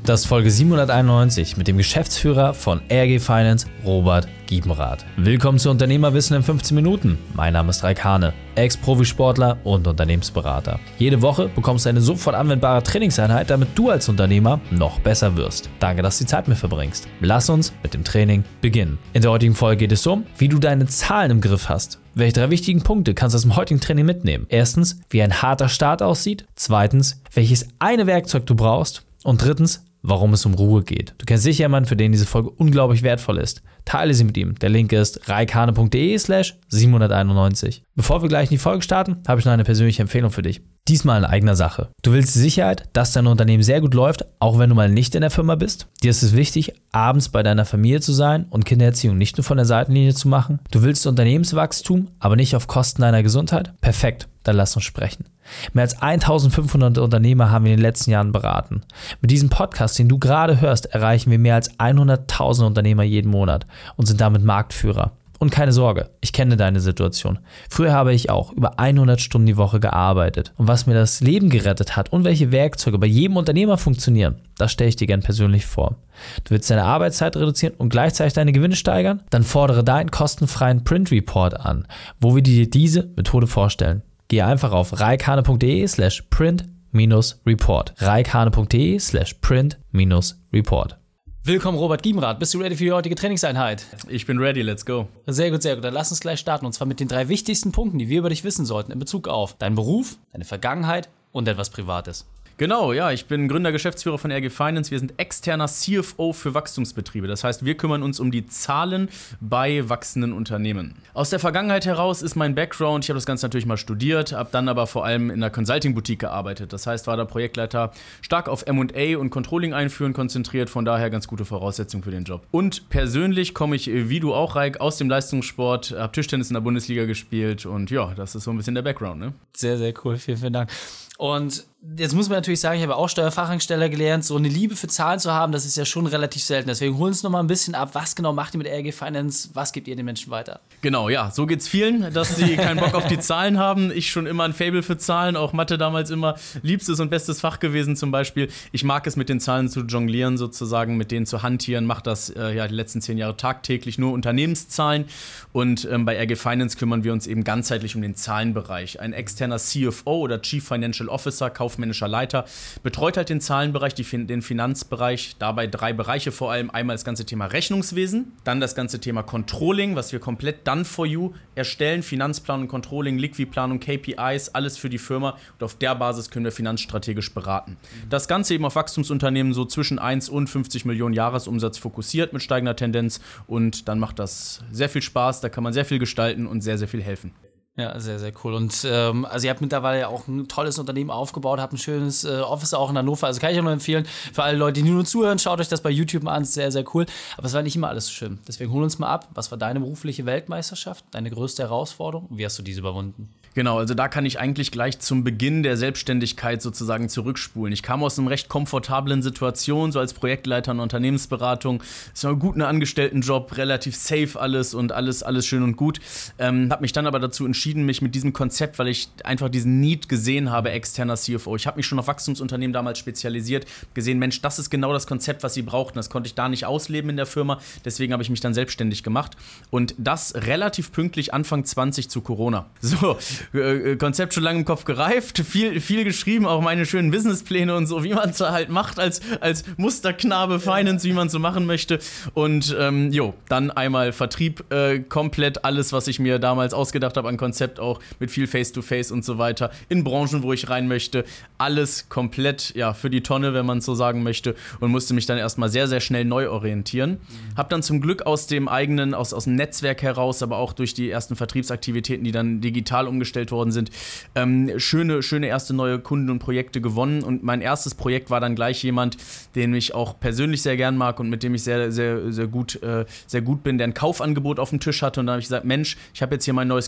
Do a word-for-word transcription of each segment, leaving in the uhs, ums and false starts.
Das ist Folge siebenhunderteinundneunzig mit dem Geschäftsführer von R G Finance, Robert Giebenrath. Willkommen zu Unternehmerwissen in fünfzehn Minuten. Mein Name ist Raik Hane, Ex-Profisportler und Unternehmensberater. Jede Woche bekommst du eine sofort anwendbare Trainingseinheit, damit du als Unternehmer noch besser wirst. Danke, dass du die Zeit mit verbringst. Lass uns mit dem Training beginnen. In der heutigen Folge geht es um, wie du deine Zahlen im Griff hast. Welche drei wichtigen Punkte kannst du aus dem heutigen Training mitnehmen? Erstens, wie ein harter Start aussieht. Zweitens, welches eine Werkzeug du brauchst. Und drittens, warum es um Ruhe geht. Du kennst sicher jemanden, für den diese Folge unglaublich wertvoll ist. Teile sie mit ihm. Der Link ist reikhane.de slash siebenhunderteinundneunzig. Bevor wir gleich in die Folge starten, habe ich noch eine persönliche Empfehlung für dich. Diesmal in eigener Sache. Du willst die Sicherheit, dass dein Unternehmen sehr gut läuft, auch wenn du mal nicht in der Firma bist. Dir ist es wichtig, abends bei deiner Familie zu sein und Kindererziehung nicht nur von der Seitenlinie zu machen. Du willst Unternehmenswachstum, aber nicht auf Kosten deiner Gesundheit? Perfekt, dann lass uns sprechen. Mehr als eintausendfünfhundert Unternehmer haben wir in den letzten Jahren beraten. Mit diesem Podcast, den du gerade hörst, erreichen wir mehr als hunderttausend Unternehmer jeden Monat und sind damit Marktführer. Und keine Sorge, ich kenne deine Situation. Früher habe ich auch über hundert Stunden die Woche gearbeitet. Und was mir das Leben gerettet hat und welche Werkzeuge bei jedem Unternehmer funktionieren, das stelle ich dir gern persönlich vor. Du willst deine Arbeitszeit reduzieren und gleichzeitig deine Gewinne steigern? Dann fordere deinen kostenfreien Print Report an, wo wir dir diese Methode vorstellen. Gehe einfach auf reikhane.de slash print minus report. reikhane.de slash print minus report. Willkommen, Robert Giebenrath. Bist du ready für die heutige Trainingseinheit? Ich bin ready, let's go. Sehr gut, sehr gut. Dann lass uns gleich starten. Und zwar mit den drei wichtigsten Punkten, die wir über dich wissen sollten in Bezug auf deinen Beruf, deine Vergangenheit und etwas Privates. Genau, ja, ich bin Gründer, Geschäftsführer von R G Finance. Wir sind externer C F O für Wachstumsbetriebe. Das heißt, wir kümmern uns um die Zahlen bei wachsenden Unternehmen. Aus der Vergangenheit heraus ist mein Background, ich habe das Ganze natürlich mal studiert, habe dann aber vor allem in einer Consulting-Boutique gearbeitet. Das heißt, war da Projektleiter, stark auf M und A und Controlling einführen konzentriert, von daher ganz gute Voraussetzung für den Job. Und persönlich komme ich, wie du auch, Raik, aus dem Leistungssport, habe Tischtennis in der Bundesliga gespielt und ja, das ist so ein bisschen der Background, ne? Sehr, sehr cool, vielen, vielen Dank. Und jetzt muss man natürlich sagen, ich habe auch Steuerfachangestellter gelernt, so eine Liebe für Zahlen zu haben, das ist ja schon relativ selten. Deswegen holen uns noch mal ein bisschen ab, was genau macht ihr mit R G Finance, was gebt ihr den Menschen weiter? Genau, ja, so geht's vielen, dass sie keinen Bock auf die Zahlen haben. Ich schon immer ein Faible für Zahlen, auch Mathe damals immer liebstes und bestes Fach gewesen zum Beispiel. Ich mag es, mit den Zahlen zu jonglieren sozusagen, mit denen zu hantieren, mache das äh, ja die letzten zehn Jahre tagtäglich, nur Unternehmenszahlen. Und ähm, bei R G Finance kümmern wir uns eben ganzheitlich um den Zahlenbereich. Ein externer C F O oder Chief Financial Officer, kaufmännischer Leiter, betreut halt den Zahlenbereich, die, den Finanzbereich, dabei drei Bereiche vor allem. Einmal das ganze Thema Rechnungswesen, dann das ganze Thema Controlling, was wir komplett done for you erstellen, Finanzplanung, Controlling, Liquidplanung, K P Is, alles für die Firma und auf der Basis können wir finanzstrategisch beraten. Das Ganze eben auf Wachstumsunternehmen so zwischen eins und fünfzig Millionen Jahresumsatz fokussiert mit steigender Tendenz und dann macht das sehr viel Spaß, da kann man sehr viel gestalten und sehr, sehr viel helfen. Ja, sehr, sehr cool. Und ähm, also ihr habt mittlerweile ja auch ein tolles Unternehmen aufgebaut, habt ein schönes äh, Office auch in Hannover. Also kann ich auch nur empfehlen, für alle Leute, die nur zuhören, schaut euch das bei YouTube mal an, ist sehr, sehr cool. Aber es war nicht immer alles so schön. Deswegen hol uns mal ab, was war deine berufliche Weltmeisterschaft, deine größte Herausforderung? Wie hast du diese überwunden? Genau, also da kann ich eigentlich gleich zum Beginn der Selbstständigkeit sozusagen zurückspulen. Ich kam aus einer recht komfortablen Situation, so als Projektleiter in Unternehmensberatung. Es war gut, einen Angestelltenjob, relativ safe alles und alles, alles schön und gut. Ähm, habe mich dann aber dazu entschieden, mich mit diesem Konzept, weil ich einfach diesen Need gesehen habe, externer C F O. Ich habe mich schon auf Wachstumsunternehmen damals spezialisiert, gesehen, Mensch, das ist genau das Konzept, was sie brauchten. Das konnte ich da nicht ausleben in der Firma. Deswegen habe ich mich dann selbstständig gemacht. Und das relativ pünktlich Anfang zwanzig zu Corona. So, äh, Konzept schon lange im Kopf gereift, viel, viel geschrieben, auch meine schönen Businesspläne und so, wie man es halt macht als, als Musterknabe Finance, wie man es so machen möchte. Und ähm, jo, dann einmal Vertrieb, äh, komplett alles, was ich mir damals ausgedacht habe an Konzept, auch mit viel Face-to-Face und so weiter, in Branchen, wo ich rein möchte, alles komplett ja, für die Tonne, wenn man es so sagen möchte und musste mich dann erstmal sehr, sehr schnell neu orientieren. Mhm. Hab dann zum Glück aus dem eigenen, aus, aus dem Netzwerk heraus, aber auch durch die ersten Vertriebsaktivitäten, die dann digital umgestellt worden sind, ähm, schöne, schöne erste neue Kunden und Projekte gewonnen und mein erstes Projekt war dann gleich jemand, den ich auch persönlich sehr gern mag und mit dem ich sehr, sehr, sehr gut, äh, sehr gut bin, der ein Kaufangebot auf dem Tisch hatte und da habe ich gesagt, Mensch, ich habe jetzt hier mein neues Konzept,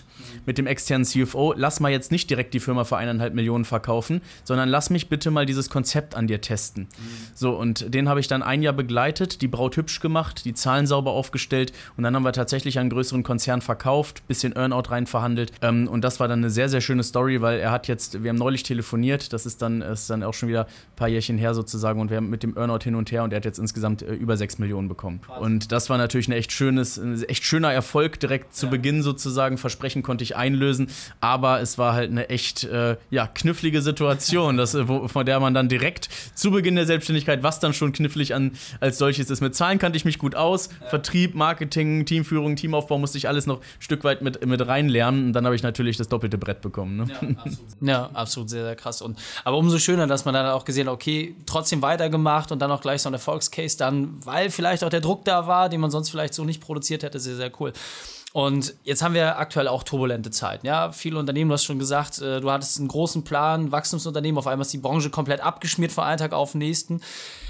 hat mit dem externen C F O, lass mal jetzt nicht direkt die Firma für eineinhalb Millionen verkaufen, sondern lass mich bitte mal dieses Konzept an dir testen. Mhm. So, und den habe ich dann ein Jahr begleitet, die Braut hübsch gemacht, die Zahlen sauber aufgestellt und dann haben wir tatsächlich einen größeren Konzern verkauft, bisschen Earnout rein verhandelt ähm, und das war dann eine sehr, sehr schöne Story, weil er hat jetzt, wir haben neulich telefoniert, das ist dann, ist dann auch schon wieder ein paar Jährchen her sozusagen und wir haben mit dem Earnout hin und her und er hat jetzt insgesamt äh, über sechs Millionen bekommen. Krass. Und das war natürlich ein echt schönes, ein echt schöner Erfolg direkt zu ja. Beginn sozusagen, Versprechen konnte ich einlösen, aber es war halt eine echt äh, ja, knifflige Situation, das, wo, von der man dann direkt zu Beginn der Selbstständigkeit, was dann schon knifflig an, als solches ist. Mit Zahlen kannte ich mich gut aus, ja. Vertrieb, Marketing, Teamführung, Teamaufbau musste ich alles noch ein Stück weit mit, mit reinlernen und dann habe ich natürlich das doppelte Brett bekommen. Ne? Ja, absolut. Ja, absolut, sehr, sehr krass. Und, aber umso schöner, dass man dann auch gesehen hat, okay, trotzdem weitergemacht und dann auch gleich so ein Erfolgscase dann, weil vielleicht auch der Druck da war, den man sonst vielleicht so nicht produziert hätte, sehr, sehr cool. Und jetzt haben wir aktuell auch turbulente Zeiten. Ja, viele Unternehmen, du hast schon gesagt, du hattest einen großen Plan, Wachstumsunternehmen, auf einmal ist die Branche komplett abgeschmiert von einem Tag auf den nächsten.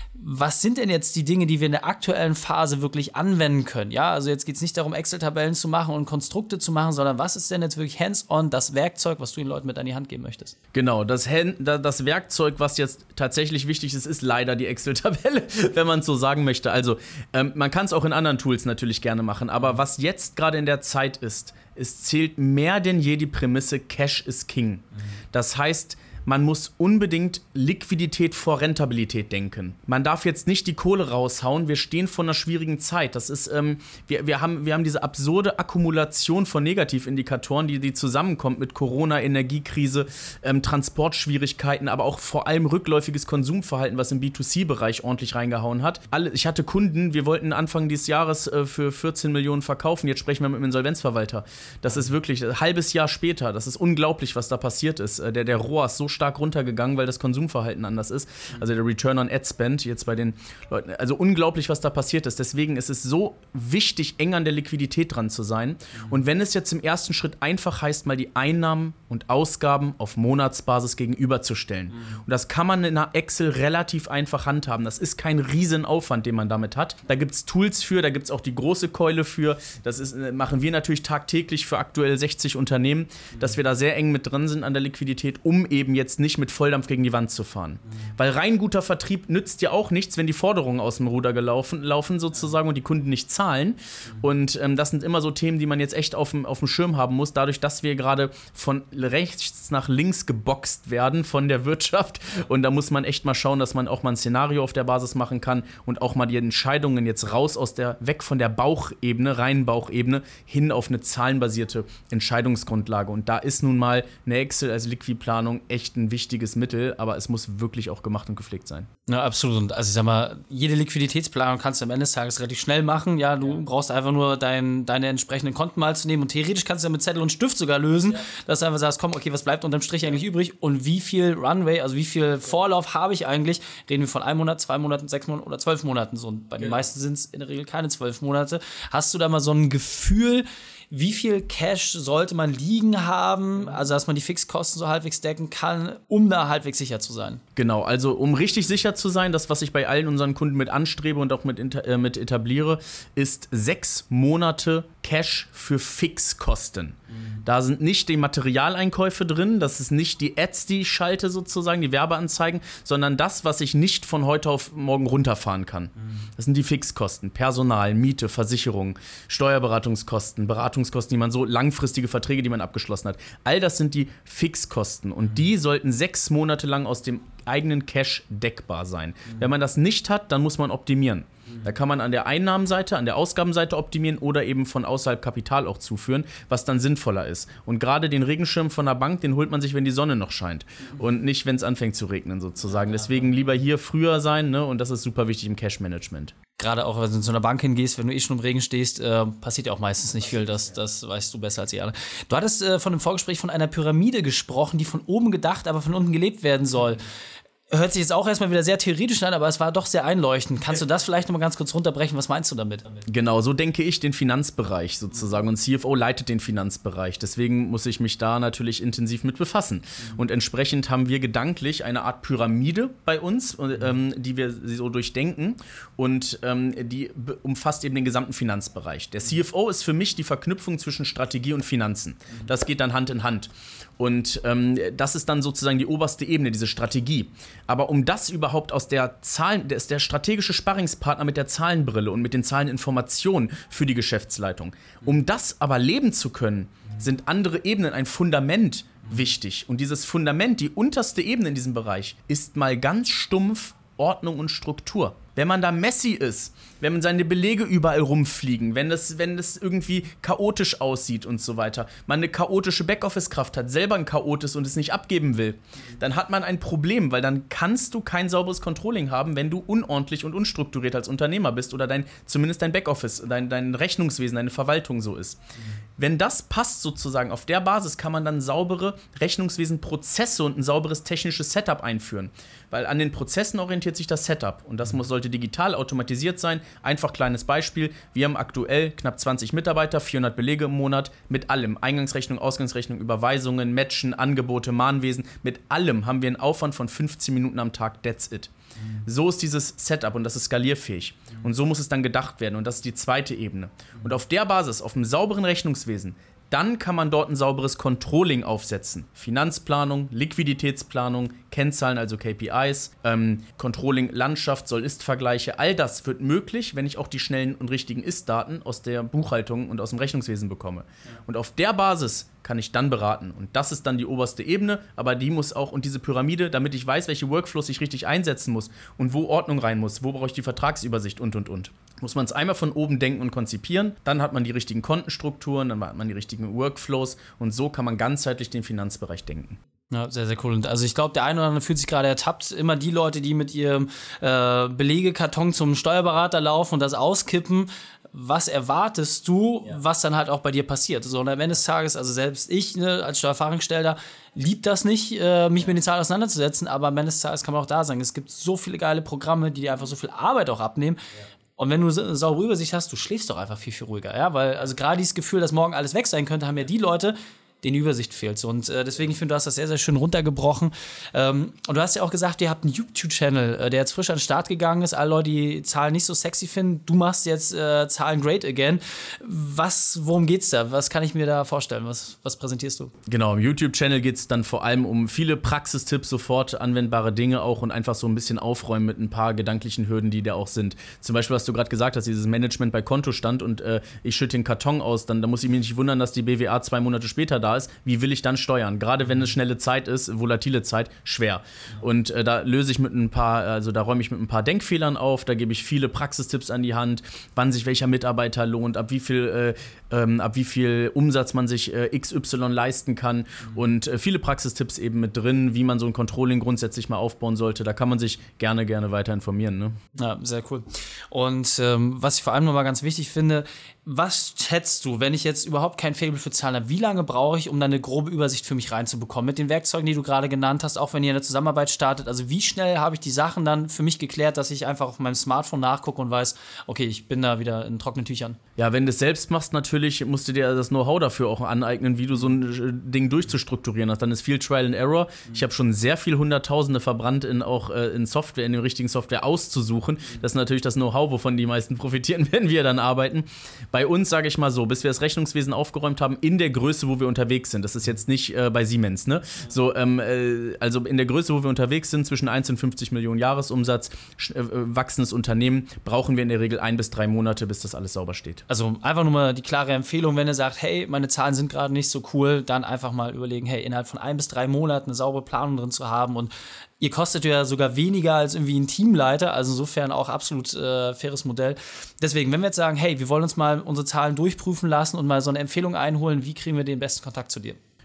Was sind denn jetzt die Dinge, die wir in der aktuellen Phase wirklich anwenden können? Ja, also jetzt geht es nicht darum, Excel-Tabellen zu machen und Konstrukte zu machen, sondern was ist denn jetzt wirklich hands-on das Werkzeug, was du den Leuten mit an die Hand geben möchtest? Genau, das, das Werkzeug, was jetzt tatsächlich wichtig ist, ist leider die Excel-Tabelle, wenn man es so sagen möchte. Also ähm, man kann es auch in anderen Tools natürlich gerne machen, aber was jetzt gerade in der Zeit ist, es zählt mehr denn je die Prämisse, Cash is King. Das heißt, man muss unbedingt Liquidität vor Rentabilität denken. Man darf jetzt nicht die Kohle raushauen. Wir stehen vor einer schwierigen Zeit. Das ist, ähm, wir, wir, haben, wir haben diese absurde Akkumulation von Negativindikatoren, die, die zusammenkommt mit Corona, Energiekrise, ähm, Transportschwierigkeiten, aber auch vor allem rückläufiges Konsumverhalten, was im B zwei C-Bereich ordentlich reingehauen hat. Alle, ich hatte Kunden, wir wollten Anfang dieses Jahres äh, für vierzehn Millionen verkaufen. Jetzt sprechen wir mit dem Insolvenzverwalter. Das ist wirklich ein halbes Jahr später. Das ist unglaublich, was da passiert ist. Äh, der, der R O A ist so stark runtergegangen, weil das Konsumverhalten anders ist. Also der Return on Ad Spend jetzt bei den Leuten. Also unglaublich, was da passiert ist. Deswegen ist es so wichtig, eng an der Liquidität dran zu sein. Und wenn es jetzt im ersten Schritt einfach heißt, mal die Einnahmen und Ausgaben auf Monatsbasis gegenüberzustellen. Und das kann man in einer Excel relativ einfach handhaben. Das ist kein Riesenaufwand, den man damit hat. Da gibt es Tools für, da gibt es auch die große Keule für. Das ist, machen wir natürlich tagtäglich für aktuell sechzig Unternehmen, dass wir da sehr eng mit drin sind an der Liquidität, um eben jetzt nicht mit Volldampf gegen die Wand zu fahren. Mhm. Weil rein guter Vertrieb nützt ja auch nichts, wenn die Forderungen aus dem Ruder gelaufen laufen sozusagen und die Kunden nicht zahlen. Mhm. Und ähm, das sind immer so Themen, die man jetzt echt auf dem, auf dem Schirm haben muss, dadurch, dass wir gerade von rechts nach links geboxt werden von der Wirtschaft. Und da muss man echt mal schauen, dass man auch mal ein Szenario auf der Basis machen kann und auch mal die Entscheidungen jetzt raus aus der, weg von der Bauchebene, reinen Bauchebene, hin auf eine zahlenbasierte Entscheidungsgrundlage. Und da ist nun mal eine Excel als Liquidplanung echt ein wichtiges Mittel, aber es muss wirklich auch gemacht und gepflegt sein. Ja, absolut. Und also ich sag mal, jede Liquiditätsplanung kannst du am Ende des Tages relativ schnell machen. Ja, du ja. brauchst einfach nur dein, deine entsprechenden Konten mal zu nehmen und theoretisch kannst du ja mit Zettel und Stift sogar lösen, ja. dass du einfach sagst, komm, okay, was bleibt unterm Strich eigentlich übrig und wie viel Runway, also wie viel Vorlauf habe ich eigentlich? Reden wir von einem Monat, zwei Monaten, sechs Monaten oder zwölf Monaten. So, und bei den ja. meisten sind es in der Regel keine zwölf Monate. Hast du da mal so ein Gefühl, wie viel Cash sollte man liegen haben, also dass man die Fixkosten so halbwegs decken kann, um da halbwegs sicher zu sein? Genau, also um richtig sicher zu sein, das, was ich bei allen unseren Kunden mit anstrebe und auch mit, äh, mit etabliere, ist sechs Monate Cash für Fixkosten. Mhm. Da sind nicht die Materialeinkäufe drin, das ist nicht die Ads, die ich schalte sozusagen, die Werbeanzeigen, sondern das, was ich nicht von heute auf morgen runterfahren kann. Mhm. Das sind die Fixkosten, Personal, Miete, Versicherung, Steuerberatungskosten, Beratungskosten, die man so, langfristige Verträge, die man abgeschlossen hat. All das sind die Fixkosten und mhm. die sollten sechs Monate lang aus dem eigenen Cash deckbar sein. Mhm. Wenn man das nicht hat, dann muss man optimieren. Da kann man an der Einnahmenseite, an der Ausgabenseite optimieren oder eben von außerhalb Kapital auch zuführen, was dann sinnvoller ist. Und gerade den Regenschirm von der Bank, den holt man sich, wenn die Sonne noch scheint und nicht, wenn es anfängt zu regnen sozusagen. Deswegen lieber hier früher sein, ne? Und das ist super wichtig im Cash-Management. Gerade auch, wenn du zu einer Bank hingehst, wenn du eh schon im Regen stehst, äh, passiert ja auch meistens nicht viel, das, das weißt du besser als ihr alle. Du hattest äh, von dem Vorgespräch von einer Pyramide gesprochen, die von oben gedacht, aber von unten gelebt werden soll. Hört sich jetzt auch erstmal wieder sehr theoretisch an, aber es war doch sehr einleuchtend. Kannst du das vielleicht nochmal ganz kurz runterbrechen? Was meinst du damit? Genau, so denke ich den Finanzbereich sozusagen. Und C F O leitet den Finanzbereich. Deswegen muss ich mich da natürlich intensiv mit befassen. Und entsprechend haben wir gedanklich eine Art Pyramide bei uns, ähm, die wir so durchdenken. Und ähm, die umfasst eben den gesamten Finanzbereich. Der C F O ist für mich die Verknüpfung zwischen Strategie und Finanzen. Das geht dann Hand in Hand. Und ähm, das ist dann sozusagen die oberste Ebene, diese Strategie. Aber um das überhaupt aus der Zahlen, der ist der strategische Sparringspartner mit der Zahlenbrille und mit den Zahleninformationen für die Geschäftsleitung. Um das aber leben zu können, sind andere Ebenen, ein Fundament wichtig. Und dieses Fundament, die unterste Ebene in diesem Bereich, ist mal ganz stumpf Ordnung und Struktur. Wenn man da messy ist, wenn man seine Belege überall rumfliegen, wenn das, wenn das irgendwie chaotisch aussieht und so weiter, man eine chaotische Backoffice-Kraft hat, selber ein Chaot ist und es nicht abgeben will, dann hat man ein Problem, weil dann kannst du kein sauberes Controlling haben, wenn du unordentlich und unstrukturiert als Unternehmer bist oder dein, zumindest dein Backoffice, dein, dein Rechnungswesen, deine Verwaltung so ist. Wenn das passt sozusagen, auf der Basis kann man dann saubere Rechnungswesenprozesse und ein sauberes technisches Setup einführen. Weil an den Prozessen orientiert sich das Setup und das muss, sollte digital automatisiert sein. Einfach kleines Beispiel, wir haben aktuell knapp zwanzig Mitarbeiter, vierhundert Belege im Monat, mit allem, Eingangsrechnung, Ausgangsrechnung, Überweisungen, Matchen, Angebote, Mahnwesen, mit allem haben wir einen Aufwand von fünfzehn Minuten am Tag, that's it. So ist dieses Setup und das ist skalierfähig. Und so muss es dann gedacht werden und das ist die zweite Ebene. Und auf der Basis, auf einem sauberen Rechnungswesen, dann kann man dort ein sauberes Controlling aufsetzen. Finanzplanung, Liquiditätsplanung, Kennzahlen, also K P Is, ähm, Controlling, Landschaft, Soll-Ist-Vergleiche. All das wird möglich, wenn ich auch die schnellen und richtigen Ist-Daten aus der Buchhaltung und aus dem Rechnungswesen bekomme. Und auf der Basis kann ich dann beraten. Und das ist dann die oberste Ebene, aber die muss auch, und diese Pyramide, damit ich weiß, welche Workflows ich richtig einsetzen muss und wo Ordnung rein muss, wo brauche ich die Vertragsübersicht und, und, und. Muss man es einmal von oben denken und konzipieren, dann hat man die richtigen Kontenstrukturen, dann hat man die richtigen Workflows und so kann man ganzheitlich den Finanzbereich denken. Ja, sehr, sehr cool. Und also ich glaube, der eine oder andere fühlt sich gerade ertappt. Immer die Leute, die mit ihrem äh, Belegekarton zum Steuerberater laufen und das auskippen, was erwartest du, ja. was dann halt auch bei dir passiert? So, und am Ende des Tages, also selbst ich ne, als Steuerfachangestellter liebt das nicht, äh, mich mit den Zahlen auseinanderzusetzen, aber am Ende des Tages kann man auch da sagen, es gibt so viele geile Programme, die dir einfach so viel Arbeit auch abnehmen. Ja. Und wenn du eine saubere Übersicht hast, du schläfst doch einfach viel, viel ruhiger, ja, weil also gerade dieses Gefühl, dass morgen alles weg sein könnte, haben ja die Leute, denen die Übersicht fehlt. So. Und äh, deswegen, ich finde, du hast das sehr, sehr schön runtergebrochen. Ähm, und du hast ja auch gesagt, ihr habt einen YouTube-Channel, äh, der jetzt frisch an den Start gegangen ist. Alle Leute, die Zahlen nicht so sexy finden, du machst jetzt äh, Zahlen great again. Was, worum geht's da? Was kann ich mir da vorstellen? Was, was präsentierst du? Genau, im YouTube-Channel geht es dann vor allem um viele Praxistipps, sofort anwendbare Dinge auch und einfach so ein bisschen aufräumen mit ein paar gedanklichen Hürden, die da auch sind. Zum Beispiel, was du gerade gesagt hast, dieses Management bei Kontostand und äh, ich schütte den Karton aus, dann da muss ich mich nicht wundern, dass die B W A zwei Monate später da ist, wie will ich dann steuern? Gerade wenn es schnelle Zeit ist, volatile Zeit, schwer. Und äh, da löse ich mit ein paar, also da räume ich mit ein paar Denkfehlern auf, da gebe ich viele Praxistipps an die Hand, wann sich welcher Mitarbeiter lohnt, ab wie viel, äh, ähm, ab wie viel Umsatz man sich äh, X Y leisten kann und äh, viele Praxistipps eben mit drin, wie man so ein Controlling grundsätzlich mal aufbauen sollte. Da kann man sich gerne, gerne weiter informieren. Ne? Ja, sehr cool. Und ähm, was ich vor allem nochmal ganz wichtig finde, was schätzt du, wenn ich jetzt überhaupt kein Faible für Zahlen habe, wie lange brauche ich, um dann eine grobe Übersicht für mich reinzubekommen? Mit den Werkzeugen, die du gerade genannt hast, auch wenn ihr eine Zusammenarbeit startet, also wie schnell habe ich die Sachen dann für mich geklärt, dass ich einfach auf meinem Smartphone nachgucke und weiß, okay, ich bin da wieder in trockenen Tüchern? Ja, wenn du es selbst machst, natürlich musst du dir das Know-how dafür auch aneignen, wie du so ein Ding durchzustrukturieren hast. Dann ist viel Trial and Error. Ich habe schon sehr viel Hunderttausende verbrannt, in auch äh, in Software, in der richtigen Software auszusuchen. Das ist natürlich das Know-how, wovon die meisten profitieren, wenn wir dann arbeiten. Bei uns, sage ich mal so, bis wir das Rechnungswesen aufgeräumt haben, in der Größe, wo wir unterwegs sind. Das ist jetzt nicht äh, bei Siemens, ne? So, ähm, äh, also in der Größe, wo wir unterwegs sind, zwischen eins und fünfzig Millionen Jahresumsatz, äh, wachsendes Unternehmen, brauchen wir in der Regel ein bis drei Monate, bis das alles sauber steht. Also einfach nur mal die klare Empfehlung, wenn ihr sagt, hey, meine Zahlen sind gerade nicht so cool, dann einfach mal überlegen, hey, innerhalb von ein bis drei Monaten eine saubere Planung drin zu haben und ihr kostet ja sogar weniger als irgendwie ein Teamleiter, also insofern auch absolut äh, faires Modell. Deswegen, wenn wir jetzt sagen, hey, wir wollen uns mal unsere Zahlen durchprüfen lassen und mal so eine Empfehlung einholen, wie kriegen wir den besten Kontakt zu dir?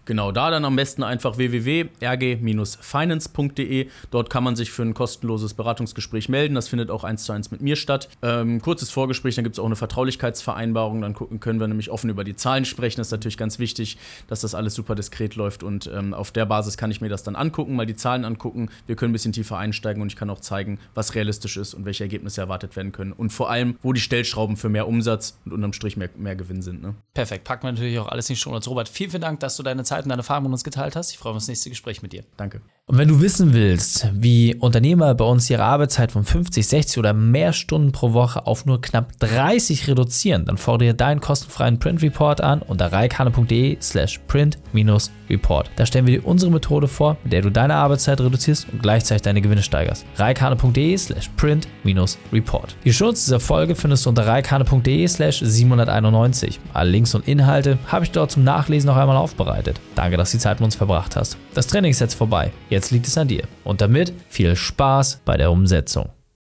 Genau, da dann am besten einfach w w w punkt r g Bindestrich finance punkt d e. Dort kann man sich für ein kostenloses Beratungsgespräch melden. Das findet auch eins zu eins mit mir statt. Ähm, kurzes Vorgespräch, dann gibt es auch eine Vertraulichkeitsvereinbarung. Dann gucken, können wir nämlich offen über die Zahlen sprechen. Das ist natürlich ganz wichtig, dass das alles super diskret läuft. Und ähm, auf der Basis kann ich mir das dann angucken, mal die Zahlen angucken. Wir können ein bisschen tiefer einsteigen und ich kann auch zeigen, was realistisch ist und welche Ergebnisse erwartet werden können. Und vor allem, wo die Stellschrauben für mehr Umsatz und unterm Strich mehr, mehr Gewinn sind. Ne? Perfekt, packen wir natürlich auch alles in die Shownotes. Robert, vielen, vielen Dank, dass du deine Zeit und deine Erfahrungen mit uns geteilt hast. Ich freue mich auf das nächste Gespräch mit dir. Danke. Und wenn du wissen willst, wie Unternehmer bei uns ihre Arbeitszeit von fünfzig, sechzig oder mehr Stunden pro Woche auf nur knapp dreißig reduzieren, dann fordere deinen kostenfreien Print Report an unter reikane punkt d e slash print report. Da stellen wir dir unsere Methode vor, mit der du deine Arbeitszeit reduzierst und gleichzeitig deine Gewinne steigerst. reikane punkt d e slash print report. Die Shownotes dieser Folge findest du unter reikane punkt d e slash siebenhunderteinundneunzig. Alle Links und Inhalte habe ich dort zum Nachlesen noch einmal aufbereitet. Danke, dass du die Zeit mit uns verbracht hast. Das Training ist jetzt vorbei. Jetzt liegt es an dir. Und damit viel Spaß bei der Umsetzung.